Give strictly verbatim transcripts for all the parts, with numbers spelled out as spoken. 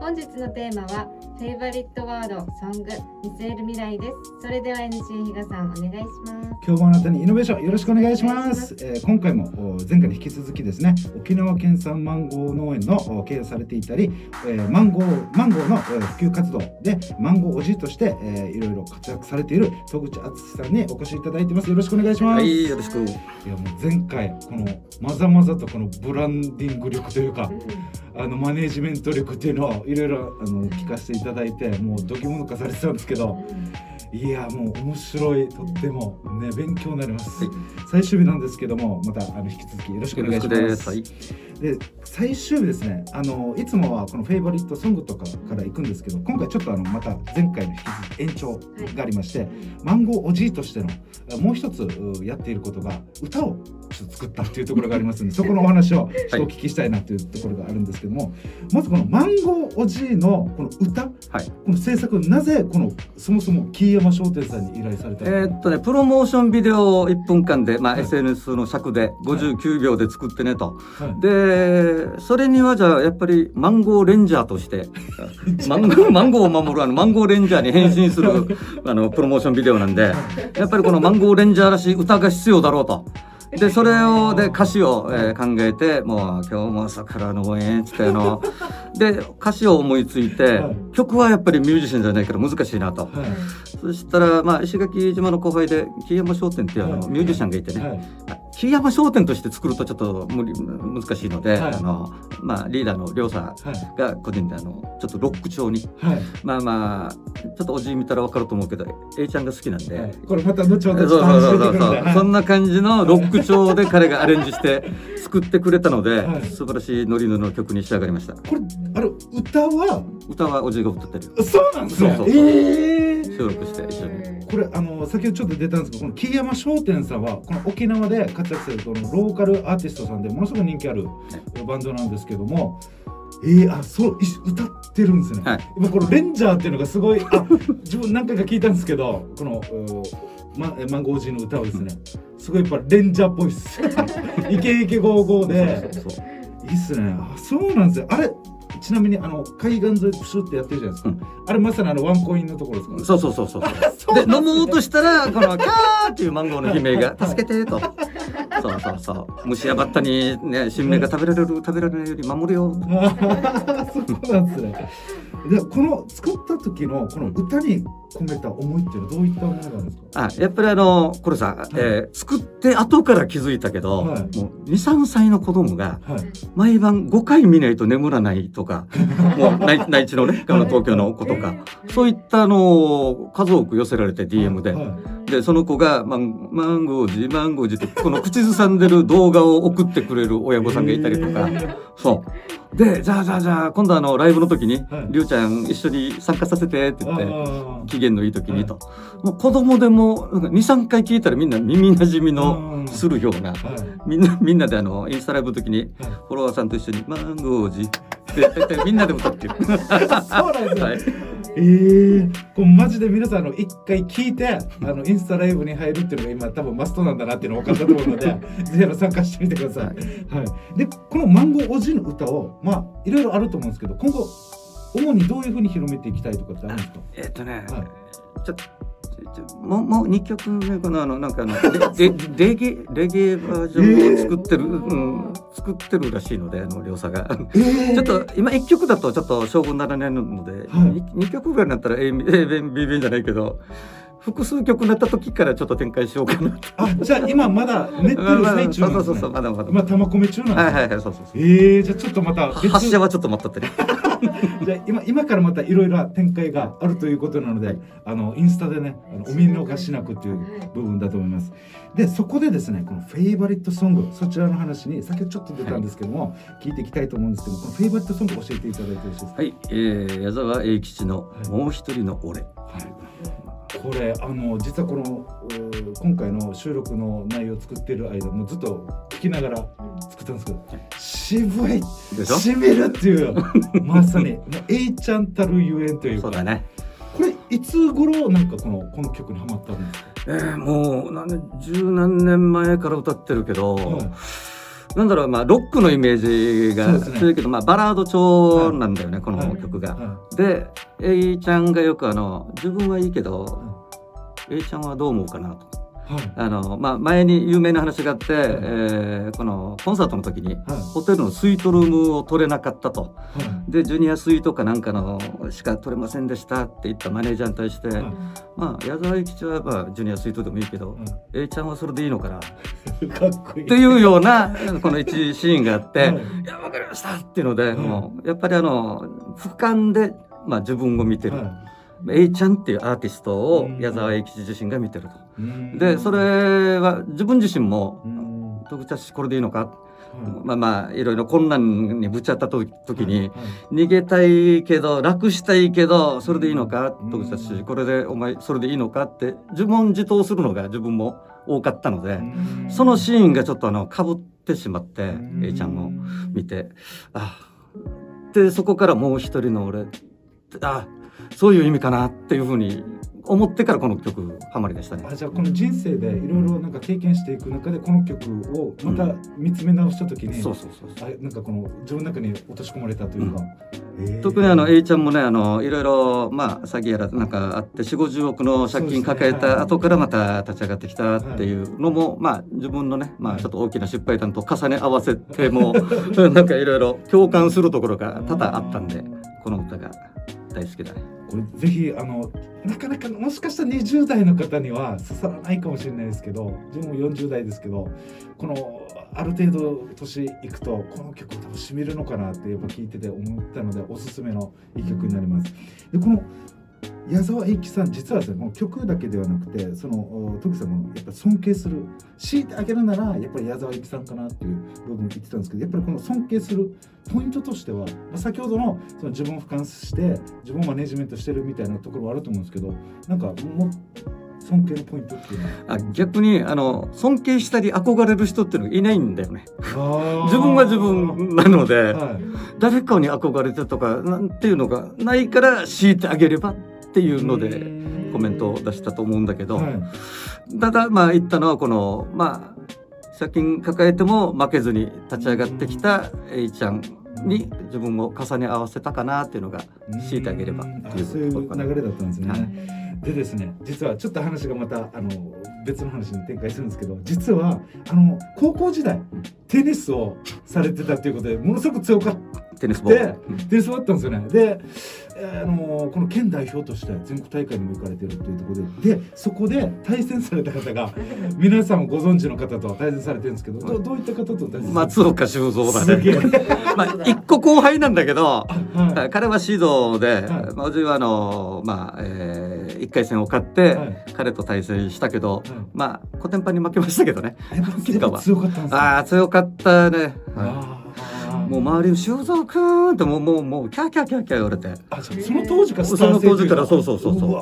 本日のテーマはフェイバリットワードソング見据える未来です。それでは エヌシー 比嘉さんお願いします。 今日もあなたにイノベーションよろしくお願いします。えー、今回も前回に引き続きですね、沖縄県産マンゴー農園の経営されていたり、えー、マンゴーマンゴーの普及活動でマンゴーおじいとして、えー、いろいろ活躍されている戸口敦さんにお越しいただいてます。よろしくお願いします。 はい、よろしく。いやもう前回このまざまざとこのブランディング力というかあのマネージメント力っていうのをいろいろあの聞かせていただいて、もうドキモノ化されてたんですけど、いやもう面白い、とってもね勉強になります。はい、最終日なんですけども、またあの引き続きよろしくお願いします。はい、で最終日ですね、あのいつもはこのフェイバリットソングとかから行くんですけど、今回ちょっとあのまた前回の引き続き延長がありまして、はい、マンゴーおじいとしてのもう一つやっていることが歌をちょっと作ったっていうところがありますので、そこのお話をちょっとお聞きしたいなというところがあるんですけども、まずこのマンゴーおじいのこの歌、はい、この制作、なぜこのそもそも木山商店さんに依頼されたのか。 えーっとね、プロモーションビデオをいっぷんかんで、まあはい、エスエヌエス の尺でごじゅうきゅうびょうで作ってねと、はい、でそれにはじゃあやっぱりマンゴーレンジャーとしてマンゴー、マンゴーを守るあのマンゴーレンジャーに変身するあのプロモーションビデオなんで、やっぱりこのマンゴーレンジャーらしい歌が必要だろうと。でそれをで歌詞を、えー、考えて、もう今日も朝からの応援っつってので歌詞を思いついて、はい、曲はやっぱりミュージシャンじゃないから難しいなと、はい、そしたら、まあ、石垣島の後輩で木山商店っていうあの、はい、ミュージシャンがいてね、はい、木山商店として作るとちょっと無理難しいので、はい、あのまあ、リーダーの亮さんが個人であのちょっとロック調に、はい、まあまあちょっとおじい見たら分かると思うけど A ちゃんが好きなんで、はい、 これまた後ほどそうそうそうそう、はい、そんな感じのロック調で彼がアレンジして作ってくれたので、はい、素晴らしいノリノリの曲に仕上がりました。 これあれ歌は歌はおじいが歌ってる。 そうなんですね。 そうそうそう、えー、収録して一緒に。 これあの先ほどちょっと出たんですけど、この木山商店さんはこの沖縄で活躍するこのローカルアーティストさんでものすごく人気あるバンドなんですけども、えー、あそう歌ってるんですね。はい、今このレンジャーっていうのがすごい、あ自分何回か聞いたんですけど、このマ, マンゴージーの歌をですね、すごいやっぱレンジャーっぽいっすイケイケゴーゴーでそうそうそう、いいっすね。あそうなんですよ。あれちなみにあの海岸沿いプシュってやってるじゃないですか、うん、あれまさにあのワンコインのところですか。 そうそうそうそうで飲もうとしたらこのキャーっていうマンゴーの悲鳴が助けてとそうそうそう、虫やバッタにね新芽が食べられる食べられないように守るよそうなんですね。でこの作った時のこの歌に込めた思いっていうのはどういったものなんですか。 あやっぱりあのこれさ、はい、えー、作って後から気づいたけど、はい、もう にさんさいの子供が毎晩ごかい見ないと眠らないとかもう内, 内地のね東京の子とか、そういったのを数多く寄せられて ディーエム で、はいはい、でその子がマン, マンゴージマンゴージってこの口ずさんでる動画を送ってくれる親御さんがいたりとか、そうでじゃあじゃあじゃあ今度あのライブの時に、はい、りゅうちゃん一緒に参加させてって言って機嫌のいい時にと、はい、もう子供でも にさんかい聞いたらみんな耳なじみのするような、はい、みんなみんなであのインスタライブの時に、はい、フォロワーさんと一緒にマンゴージってみんなで歌ってるそうなんですよ、はい、 えー、こうマジで皆さんあの一回聞いてあのインスタライブに入るっていうのが今多分マストなんだなっていうの分かったと思うのでぜひ参加してみてください、はいはい、でこのマンゴーおじいの歌をまあいろいろあると思うんですけど、今後主にどういう風に広めていきたいとかってあるんですか。 えー、っとね、はい、ちょっともう、もうにきょくめかな、あのなんかあのレ, レ, ゲレゲエバージョンを作ってる、えーうん、作ってるらしいので、あの両者が、えー、ちょっと今いっきょくだとちょっと勝負にならないので、はい、にきょくぐらいになったら A 弁 B 弁じゃないけど複数曲になった時からちょっと展開しようかなと。 あ、じゃあ今まだ練ってる最中なんですね。 そうそうそう、まだまだまあ玉込め中なんですね。 はいはいはい、そうそうそう。 えー、じゃあちょっとまた発射はちょっと待っとってねじゃあ 今, 今からまたいろいろ展開があるということなので、はい、あのインスタでねあのお見逃しなくっていう部分だと思います。でそこでですね、このフェイバリットソング、そちらの話に先ほどちょっと出たんですけども、はい、聞いていきたいと思うんですけど、このフェイバリットソング教えていただいてよろしいですか。 はい、えー、矢沢永吉のもう一人の俺、はいはい、 これあの実はこの今回の収録の内容を作っている間もずっと聞きながら作ったんですけど、渋いしみるっていうまさにもう A ちゃんたるゆえんというか。 そうだね。 これいつ頃なんかこのこの曲にハマったんですか。 えー、もう何十何年前から歌ってるけど、はい、 なんだろう、まあロックのイメージが強いけど、ね、まあバラード調なんだよね、はい、この曲が、はいはい、で A ちゃんがよくあの自分はいいけど、うん、A ちゃんはどう思うかなと、はい、あのまあ、前に有名な話があって、はい、えー、このコンサートの時に、はい、ホテルのスイートルームを取れなかったと、はい、でジュニアスイートかなんかのしか取れませんでしたって言ったマネージャーに対して、はい、まあ矢沢永吉はまあジュニアスイートでもいいけど、はい、A ちゃんはそれでいいのかなかっこいいっていうようなこの一シーンがあって、はい、いや分かりましたっていうので、はい、もうやっぱりあの俯瞰で、まあ、自分を見てる、はい、A ちゃんっていうアーティストを矢沢永吉自身が見てると。でそれは自分自身も徳田氏これでいいのか、うん、まあまあいろいろ困難にぶち当たった時に、はいはい、逃げたいけど楽したいけどそれでいいのか、うん、徳田氏これでお前それでいいのかって自問自答するのが自分も多かったので、うん、そのシーンがちょっとあの被ってしまって、うん、A ちゃんを見て、あでそこからもう一人の俺あそういう意味かなっていうふうに思ってからこの曲ハマりでしたね。 あじゃあこの人生でいろいろなんか経験していく中でこの曲をまた見つめ直した時に、うん、そうそうそうそうあなんかこの自分の中に落とし込まれたというか、 うん、特にあの A ちゃんもねあのいろいろまあ詐欺やらなんかあって よんじゅうごじゅうおくの借金抱えた後からまた立ち上がってきたっていうのも、はい、まあ自分のねまあちょっと大きな失敗談と重ね合わせてもなんかいろいろ共感するところが多々あったんでこの歌が大好きだね。 これぜひあのなかなかもしかしたらにじゅう代の方には刺さらないかもしれないですけど自分もよんじゅう代ですけどこのある程度年いくとこの曲を多分しみるのかなってやっぱ聞いてて思ったのでおすすめのいい曲になります。でこの矢沢永吉さん実はですねこの曲だけではなくてその徳さんもやっぱ尊敬する強いてあげるならやっぱり矢沢永吉さんかなっていう部分を言ってたんですけどやっぱりこの尊敬するポイントとしては、まあ、先ほど の, その自分を俯瞰して自分をマネジメントしてるみたいなところもあると思うんですけどなんかも尊敬のポイントっていうのはあ逆にあの尊敬したり憧れる人っていうのがいないんだよね。自分は自分なので、はい、誰かに憧れてとかなんていうのがないから強いてあげればっていうのでコメントを出したと思うんだけど、はい、ただまあ言ったのはこのまあ借金抱えても負けずに立ち上がってきた A ちゃんに自分を重ね合わせたかなっていうのが強いてあげればっていうそういう流れだったんですね、はい、でですね実はちょっと話がまたあの別の話に展開するんですけど実はあの高校時代テニスをされてたということでものすごく強かったテニスボール、 うん、テニスボールだったんですよね。で、あのこの県代表として全国大会にも行かれてるっていうところで、でそこで対戦された方が皆さんもご存知の方と対戦されてるんですけど、ど, どういった方と対戦？ 松岡修造だね。まあ一個後輩なんだけど、はい、彼はシードで、はい、まあうはあのまあ、えー、いっかい戦を勝って、はい、彼と対戦したけど、はい、まあコテンパンに負けましたけどね。 結果は強かったんですか？ ああ強かったね。はい、もう周りに修造くんってもうもうもうキャーキャーキャーキャー言われて、 あその当時からスター選手その当時からそうそうそうそう、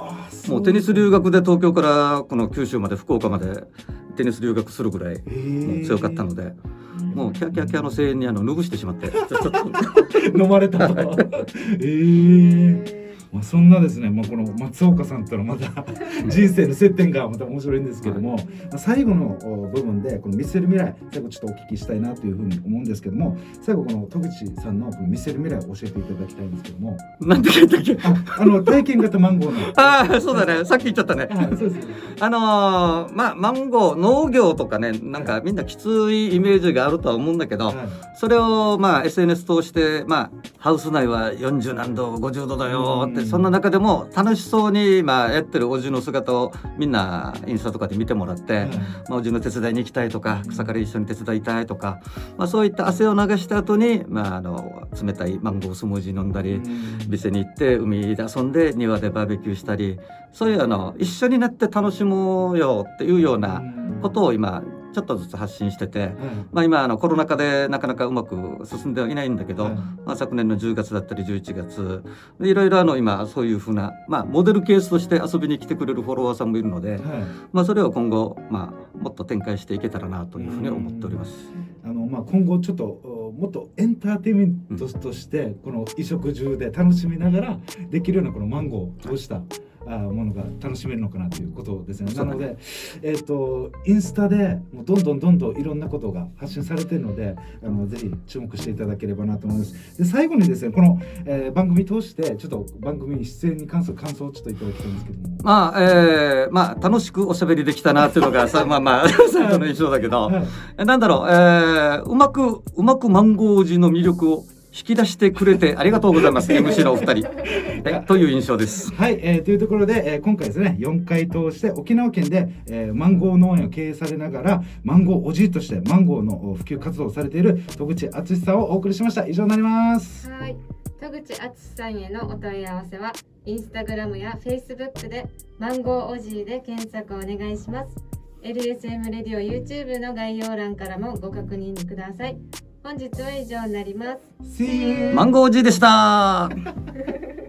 もうテニス留学で東京からこの九州まで福岡までテニス留学するぐらいもう強かったので、もうキャーキャーキャーの声援にあの脱ぐしてしまってちょっと飲まれたと。えーまあ、そんなですね、まあ、この松岡さんとのまた人生の接点がまた面白いんですけども、はい、まあ、最後の部分でこの見せる未来最後ちょっとお聞きしたいなというふうに思うんですけども、最後この戸口さんのこの見せる未来を教えていただきたいんですけども、 なんて言ったっけ？ ああの体験型マンゴーのああそうだね、さっき言っちゃったね。 あそうですね、 あのー、まあマンゴー農業とかね、なんかみんなきついイメージがあるとは思うんだけど、はい、それをまあ エスエヌエス 通してまあハウス内はよんじゅうなんどごじゅうどだよって、そんな中でも楽しそうにまあやってるおじの姿をみんなインスタとかで見てもらって、はい、まあ、おじの手伝いに行きたいとか草刈り一緒に手伝いたいとか、まあ、そういった汗を流した後に、まあ、あの冷たいマンゴースムージー飲んだり、店に行って海で遊んで庭でバーベキューしたり、そういうあの一緒になって楽しもうよっていうようなことを今ちょっとずつ発信してて、うん、まあ、今あのコロナ禍でなかなかうまく進んではいないんだけど、うん、まあ、昨年のじゅうがつだったりじゅういちがついろいろあの今そういうふうな、まあ、モデルケースとして遊びに来てくれるフォロワーさんもいるので、うん、まあ、それを今後、まあ、もっと展開していけたらなというふうに思っております。 あの、まあ、今後ちょっともっとエンターテインメントとしてこの衣食住で楽しみながらできるようなこのマンゴーを通したあものが楽しめるのかなということですね。なので、えー、とインスタでもうどんどんどんどんいろんなことが発信されているので、あのぜひ注目していただければなと思います。で最後にですね、この、えー、番組通してちょっと番組出演に関する感想をちょっといただきたいんですけども。 まあ、えー、まあ楽しくおしゃべりできたなっていうのがさまあまあ最初の印象だけど、はい、なんだろう、えー、うまくうまくマンゴー寺の魅力を引き出してくれてありがとうございます。エムシー のお二人えという印象です。 はい、えー、というところで、えー、今回ですねよんかい通して沖縄県で、えー、マンゴー農園を経営されながらマンゴーおじいとしてマンゴーの普及活動をされている戸口敦さんをお送りしました。以上になります。 はい、戸口敦さんへのお問い合わせはインスタグラムやフェイスブックでマンゴーおじいで検索お願いします。 エルエスエム レディオ YouTube の概要欄からもご確認ください。本日は以上になります。 See you. マンゴーおじいでした。